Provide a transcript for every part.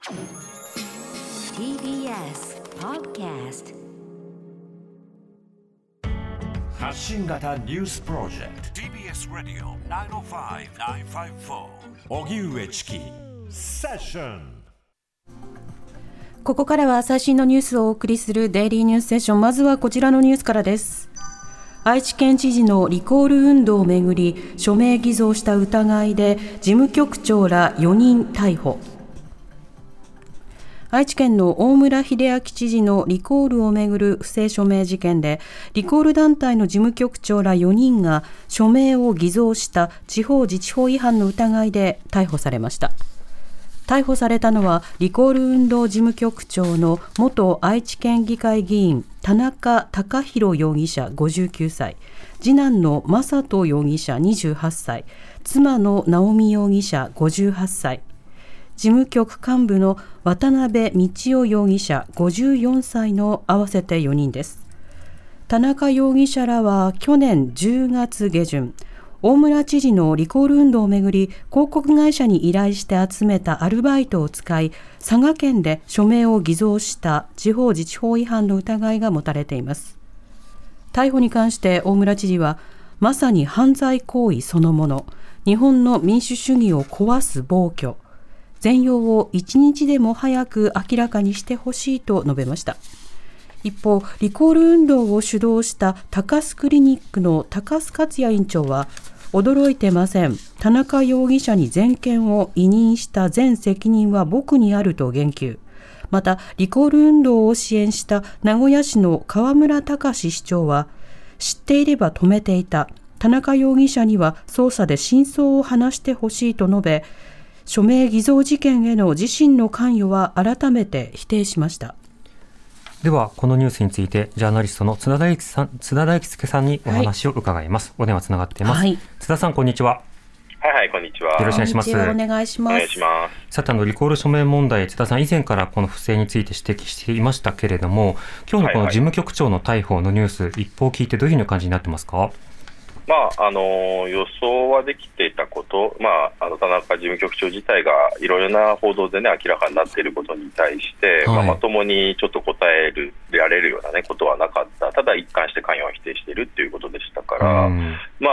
TBS Podcast 発信型ニュースプロジェクト TBS ラディオ905-954おぎゅうえちきセッション。 ここからは最新のニュースをお送りするデイリーニュースセッション。まずはこちらのニュースからです。愛知県知事のリコール運動をめぐり署名偽造した疑いで事務局長ら4人逮捕。愛知県の大村秀章知事のリコールをめぐる不正署名事件で、リコール団体の事務局長ら4人が署名を偽造した地方自治法違反の疑いで逮捕されました。逮捕されたのはリコール運動事務局長の元愛知県議会議員田中孝弘容疑者59歳、次男の正人容疑者28歳、妻の直美容疑者58歳、事務局幹部の渡辺道夫容疑者54歳の合わせて4人です。田中容疑者らは去年10月下旬、大村知事のリコール運動をめぐり広告会社に依頼して集めたアルバイトを使い、佐賀県で署名を偽造した地方自治法違反の疑いが持たれています。逮捕に関して大村知事は、まさに犯罪行為そのもの、日本の民主主義を壊す暴挙、全容を一日でも早く明らかにしてほしいと述べました。一方、リコール運動を主導した高須クリニックの高須克也院長は、驚いてません。田中容疑者に全権を委任した全責任は僕にあると言及。また、リコール運動を支援した名古屋市の河村隆市長は、知っていれば止めていた。田中容疑者には捜査で真相を話してほしいと述べ、署名偽造事件への自身の関与は改めて否定しました。 ではこのニュースについてジャーナリストの津田大輔さんにお話を伺います。お電話つながっています。津田さん、こんにちは。 はい、こんにちは。 よろしくお願いします。 お願いします。 さて、リコール署名問題、津田さん以前からこの不正について指摘していましたけれども、今日のこの事務局長の逮捕のニュース、一報を聞いてどういうふうな感じになってますか？ 予想はできていたこと、田中事務局長自体がいろいろな報道で、明らかになっていることに対して、まともにちょっと答えられるような、ことはなかった。ただ一貫して関与を否定しているということでしたから、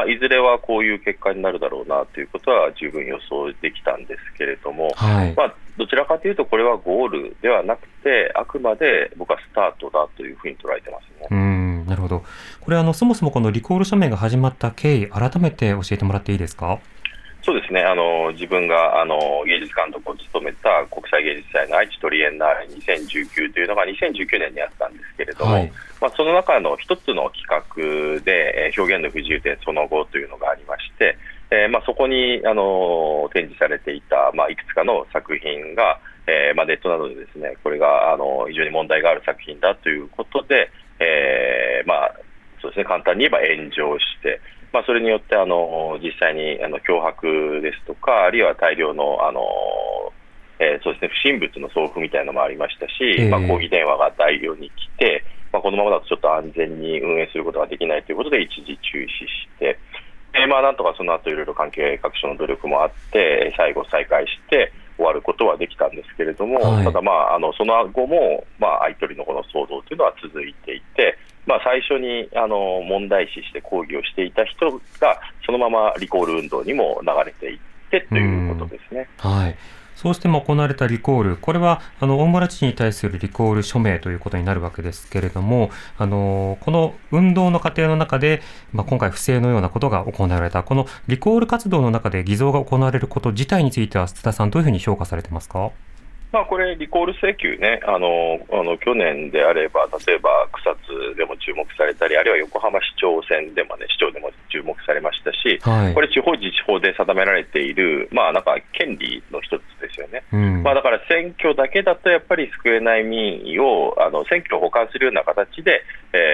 いずれはこういう結果になるだろうなということは十分予想できたんですけれども、どちらかというとこれはゴールではなくて、あくまで僕はスタートだというふうに捉えてますね。 なるほど。これそもそもこのリコール署名が始まった経緯、改めて教えてもらっていいですか？ そうですね、自分が芸術監督を務めた国際芸術祭の愛知トリエンナーレ2019というのが2019年にあったんですけれども、その中の一つの企画で表現の不自由点その後というのがありまして、そこに展示されていた、いくつかの作品が、ネットなどでですね、これが非常に問題がある作品だということで、そうですね、簡単に言えば炎上して、それによって実際に脅迫ですとか、あるいは大量のそうですね、不審物の送付みたいなのもありましたし、抗議電話が大量に来て、このままだとちょっと安全に運営することができないということで一時中止して、なんとかその後いろいろ関係各所の努力もあって最後再開して終わることはできたんですけれども、ただその後も相取りのこの騒動というのは続いていて、最初に問題視して抗議をしていた人がそのままリコール運動にも流れていってということですね。 そうしても行われたリコール、これは大村知事に対するリコール署名ということになるわけですけれども、この運動の過程の中で、今回不正のようなことが行われた、このリコール活動の中で偽造が行われること自体については、津田さんどういうふうに評価されてますか？ これリコール請求ね、去年であれば例えば草津でも注目されたり、あるいは横浜市長選でも市長でも注目されましたし、これ地方自治法で定められている権利の一つですよね。だから選挙だけだとやっぱり救えない民意を選挙を補完するような形で、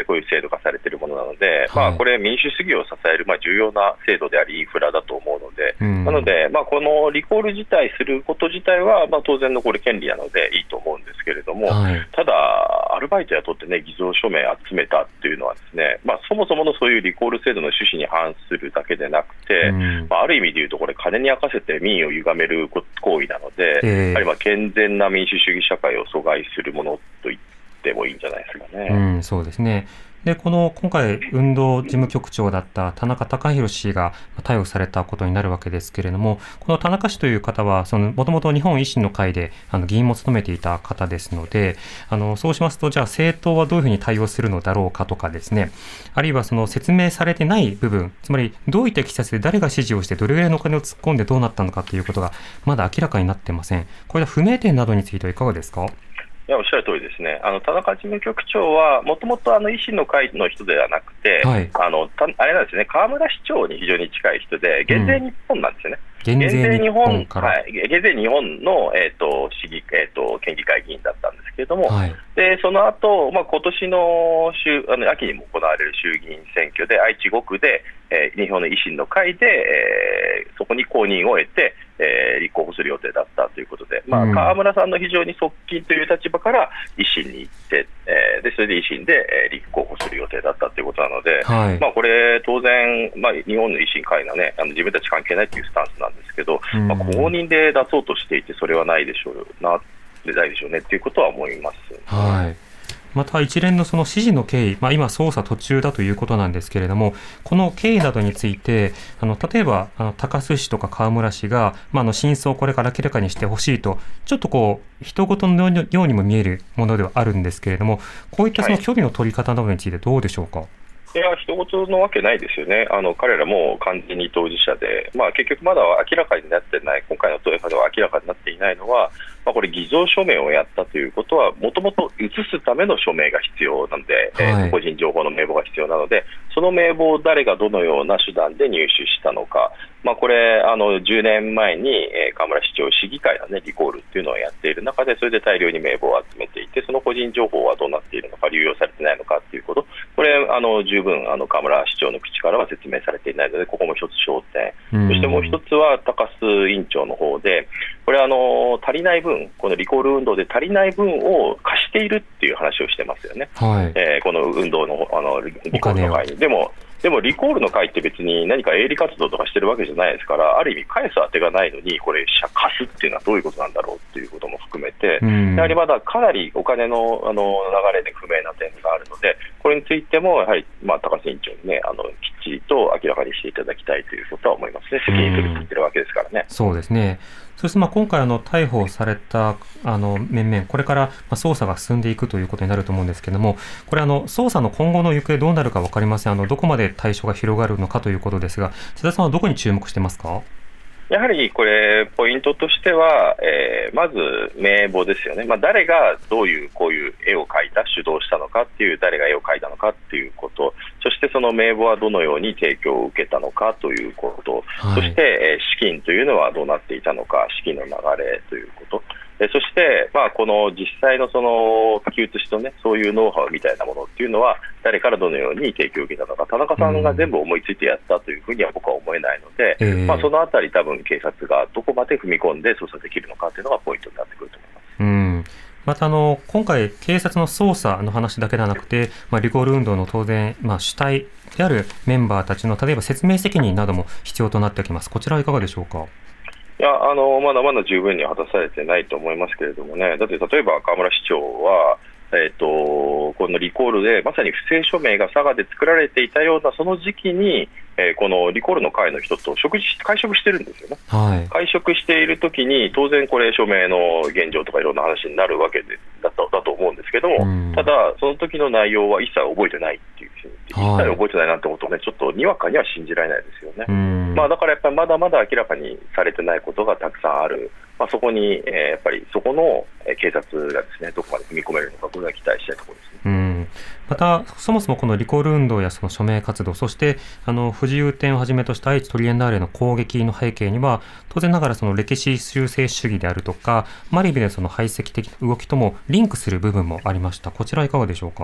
こういう制度化されているものなので、これ民主主義を支える重要な制度でありインフラだと思うので、なので、このリコール自体すること自体は、当然のこれ権利なのでいいと思うんですけれども、ただアルバイト雇って、偽造署名集めたっていうのはですね、そもそものそういうリコール制度の趣旨に反するだけでなくて、ある意味でいうとこれ金に明かせて民意を歪める行為なので、やはり健全な民主主義社会を阻害するものと言ってもいいんじゃないですかね。 そうですね。で、今回運動事務局長だった田中孝弘氏が逮捕されたことになるわけですけれども、この田中氏という方はもともと日本維新の会で議員も務めていた方ですので、そうしますと、じゃあ政党はどういうふうに対応するのだろうかとかですね、あるいは説明されてない部分、つまりどういったいきさつで誰が指示をしてどれぐらいのお金を突っ込んでどうなったのかということがまだ明らかになってません。これは不明点などについてはいかがですか？ おっしゃる通りですね。田中事務局長はもともと維新の会の人ではなくて、あれなんですね、河村市長に非常に近い人で、減税日本なんですよね。減税日本の、県議会議員だったんですけれども、でその後、今年の秋にも行われる衆議院選挙で愛知5区で、日本の維新の会で、そこに公認を得て、立候補する予定だったということで、河村さんの非常に側近という立場から維新に行って、でそれで維新で、立候補する予定だったということなので、これ当然、日本の維新会のね、自分たち関係ないというスタンスなんですけど、公認で出そうとしていて、それはないでしょうねということは思います。 また一連のその指示の経緯、今捜査途中だということなんですけれども、この経緯などについて例えば高須氏とか河村氏が、真相をこれから明らかにしてほしいと、ちょっと人事のようにも見えるものではあるんですけれども、こういった距離の取り方などについてどうでしょうか？ いや、人事のわけないですよね。彼らも完全に当事者で、結局まだ明らかになってない、今回のトヨタでは明らかになっていないのは、これ偽造署名をやったということは、もともと移すための署名が必要なので、個人情報の名簿が必要なので、その名簿を誰がどのような手段で入手したのか、これ10年前に河村市長市議会の、リコールっていうのをやっている中で、それで大量に名簿を集めていて、その個人情報はどうなっているのか、流用されてないのかということ、これ十分河村市長の口からは説明されていないので、ここも一つ焦点。そしてもう一つは高須委員長の方で、これ足りない分、このリコール運動で足りない分を貸しているっていう話をしてますよね。この運動のリコールの会に。でもリコールの会って別に何か営利活動とかしてるわけじゃないですから、ある意味返す当てがないのに、これ貸すっていうのはどういうことなんだろうっていうことも含めて、やはりまだかなりお金の流れで不明な点があるので、これについてもやはり高須委員長にね、きっちりと明らかにしていただきたいということは思いますね。責任取り切ってるわけですからね。 そうですね。そして今回逮捕された面々、これから捜査が進んでいくということになると思うんですけれども、これ捜査の今後の行方どうなるか分かりません。どこまで対象が広がるのかということですが、瀬田さんはどこに注目してますか？ やはりこれポイントとしては、まず名簿ですよね。誰がこういう絵を描いた、主導したのかっていう、誰が絵を描いたのかっていうこと、そしてその名簿はどのように提供を受けたのかということ、そして、資金というのはどうなっていたのか、資金の流れということ、そして、この実際のその書き写しとね、そういうノウハウみたいなものっていうのは、誰からどのように提供を受けたのか、田中さんが全部思いついてやったというふうには僕は思えないので、そのあたり多分警察がどこまで踏み込んで捜査できるのかというのがポイントになってくると思います。 また今回、警察の捜査の話だけではなくて、リコール運動の当然、主体であるメンバーたちの例えば説明責任なども必要となってきます。こちらはいかがでしょうか？ いやまだまだ十分に果たされてないと思いますけれどもね。だって例えば河村市長は、このリコールでまさに不正署名が佐賀で作られていたようなその時期に、このリコールの会の人と会食してるんですよね。会食しているときに当然これ署名の現状とかいろんな話になるわけだと思うんですけども、ただその時の内容は一切覚えてないっていう、一切覚えてないなんてことをね、ちょっとにわかには信じられないですよね。だからやっぱりまだまだ明らかにされてないことがたくさんある。そこに、やっぱりそこの警察がですね、どこまで踏み込めるのか、これは期待したいところですね。 また、そもそもこのリコール運動やその署名活動、そして不自由展をはじめとした愛知トリエンナーレの攻撃の背景には、当然ながらその歴史修正主義であるとか、ある意味でその排斥的な動きともリンクする部分もありました。こちらはいかがでしょうか？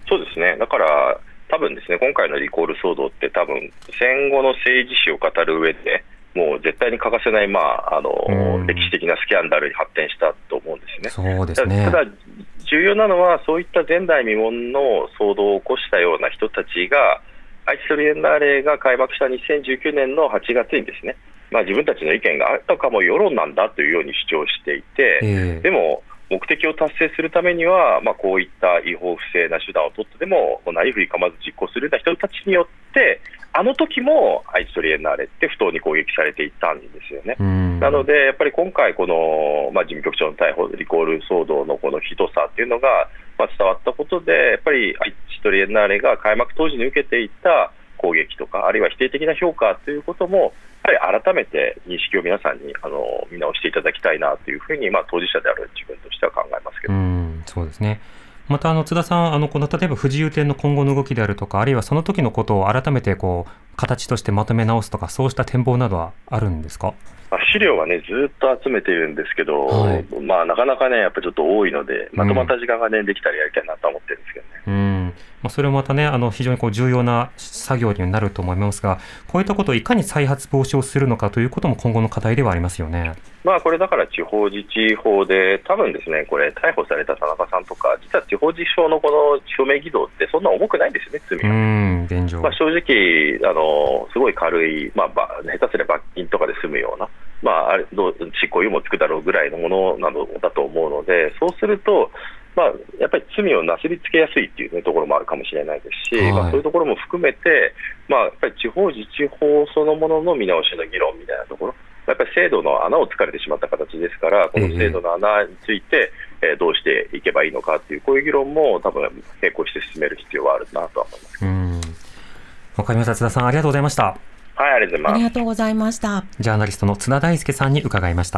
そうですね。だから多分ですね、今回のリコール騒動って多分戦後の政治史を語る上でもう絶対に欠かせない、歴史的なスキャンダルに発展したと思うんですね。 そうですね。 ただ重要なのはそういった前代未聞の騒動を起こしたような人たちが愛知トリエンナーレが開幕した2019年の8月にですね、自分たちの意見があたかも世論なんだというように主張していて、でも目的を達成するためには、こういった違法不正な手段を取ってでもなりふり構わず実行するような人たちによってあの時も愛知トリエンナーレって不当に攻撃されていたんですよね。なのでやっぱり今回この、事務局長の逮捕リコール騒動のこのひどさというのが、伝わったことでやっぱり愛知トリエンナーレが開幕当時に受けていた攻撃とかあるいは否定的な評価ということもやはり改めて認識を皆さんに見直していただきたいなというふうに、当事者である自分としては考えますけど。 そうですね。また津田さん、この例えば不自由展の今後の動きであるとか、あるいはその時のことを改めて形としてまとめ直すとか、そうした展望などはあるんですか？ 資料はねずっと集めているんですけど、なかなかねやっぱりちょっと多いのでまとまった時間がね、できたらやりたいなと思ってるんですけどね。 それもまたね非常に重要な作業になると思いますが、こういったことをいかに再発防止をするのかということも今後の課題ではありますよね。 これだから地方自治法で多分ですね、これ逮捕された田中さんとか実は地方自治法のこの署名偽造ってそんな重くないんですよね、罪は。 現状、 正直すごい軽い、下手すれば罰金とかで済むような、執行猶予もつくだろうぐらいのものなどだと思うので、そうするとやっぱり罪をなすりつけやすいという、ところもあるかもしれないですし、そういうところも含めて、やっぱり地方自治法そのものの見直しの議論みたいなところ、やっぱり制度の穴を突かれてしまった形ですから、この制度の穴について、どうしていけばいいのかというこういう議論も多分並行して進める必要はあるなとは思います。 わかりました。津田さん、ありがとうございました。 はい、ありがとうございます。 ありがとうございました。 ジャーナリストの津田大介さんに伺いました。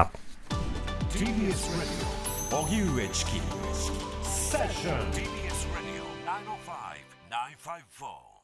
TBS Radio 荻上チキセッション TBS Radio 905-954